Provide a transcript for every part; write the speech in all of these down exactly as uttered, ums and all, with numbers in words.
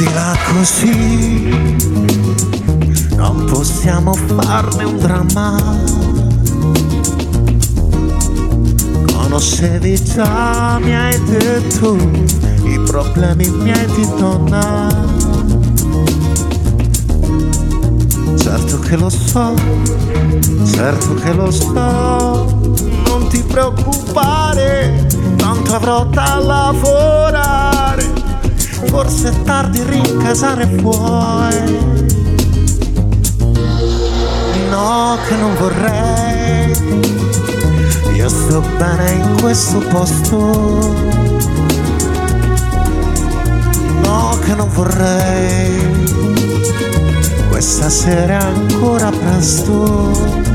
Prendila così, non possiamo farne un dramma. Conoscevi già, mi hai detto, i problemi miei di donna. Certo che lo so, certo che lo so, non ti preoccupare, tanto avrò da lavorare, forse è tardi rincasare puoi. No, che non vorrei, io sto bene in questo posto. No, che non vorrei, questa sera è ancora presto.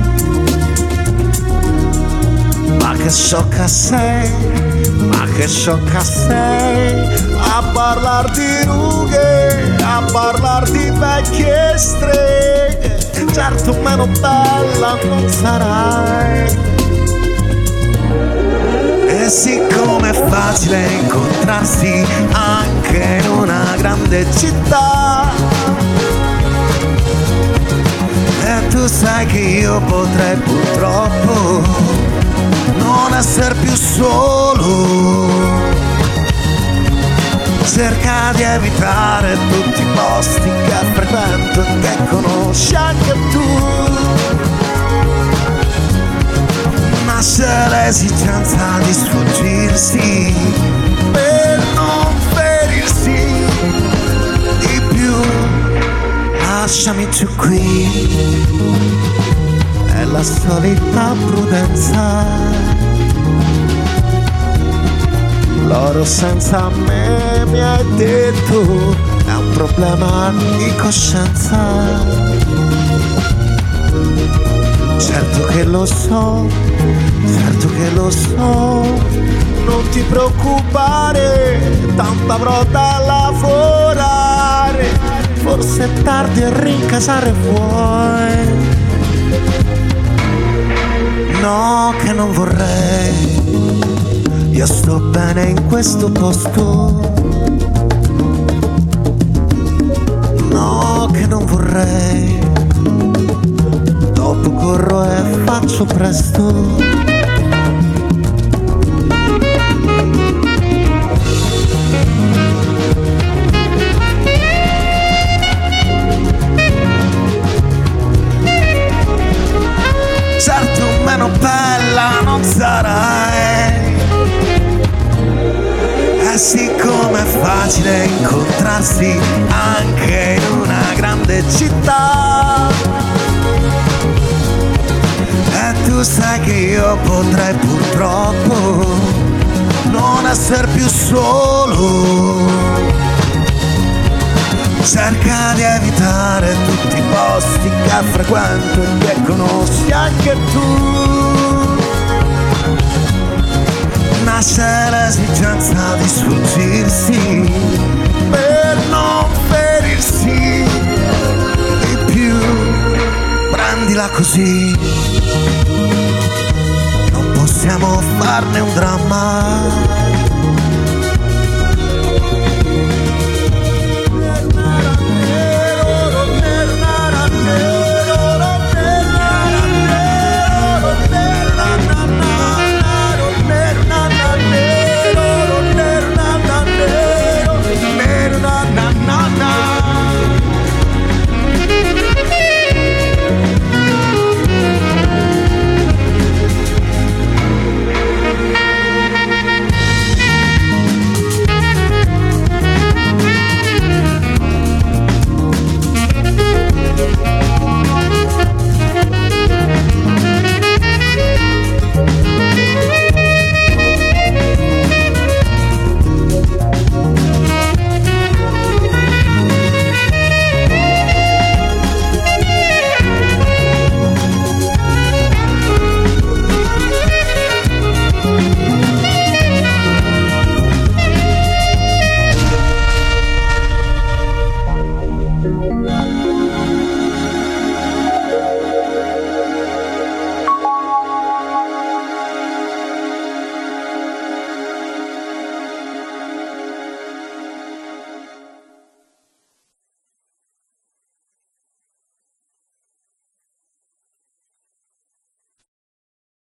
Ma che sciocca sei, ma che sciocca sei, a parlar di rughe, a parlar di vecchie streghe. Certo meno bella non sarai. E siccome è facile incontrarsi anche in una grande città, e tu sai che io potrei purtroppo non essere più solo. Cerca di evitare tutti i posti che frequento e che conosci anche tu. Nasce l'esigenza di sfuggirsi per non ferirsi di più. Lasciami giù qui, è la solita prudenza. L'oro senza me, mi hai detto, è un problema di coscienza. Certo che lo so, certo che lo so, non ti preoccupare, tanto avrò da lavorare, forse è tardi a rincasare fuori. No, che non vorrei, io sto bene in questo posto. No, che non vorrei, dopo corro e faccio presto. Certo meno bella non sarai. E siccome è facile incontrarsi anche in una grande città, e tu sai che io potrei purtroppo non essere più solo. Cerca di evitare tutti i posti che frequento e che conosci anche tu. Nasce l'esigenza di sfuggirsi per non ferirsi di più. Prendila così, non possiamo farne un dramma.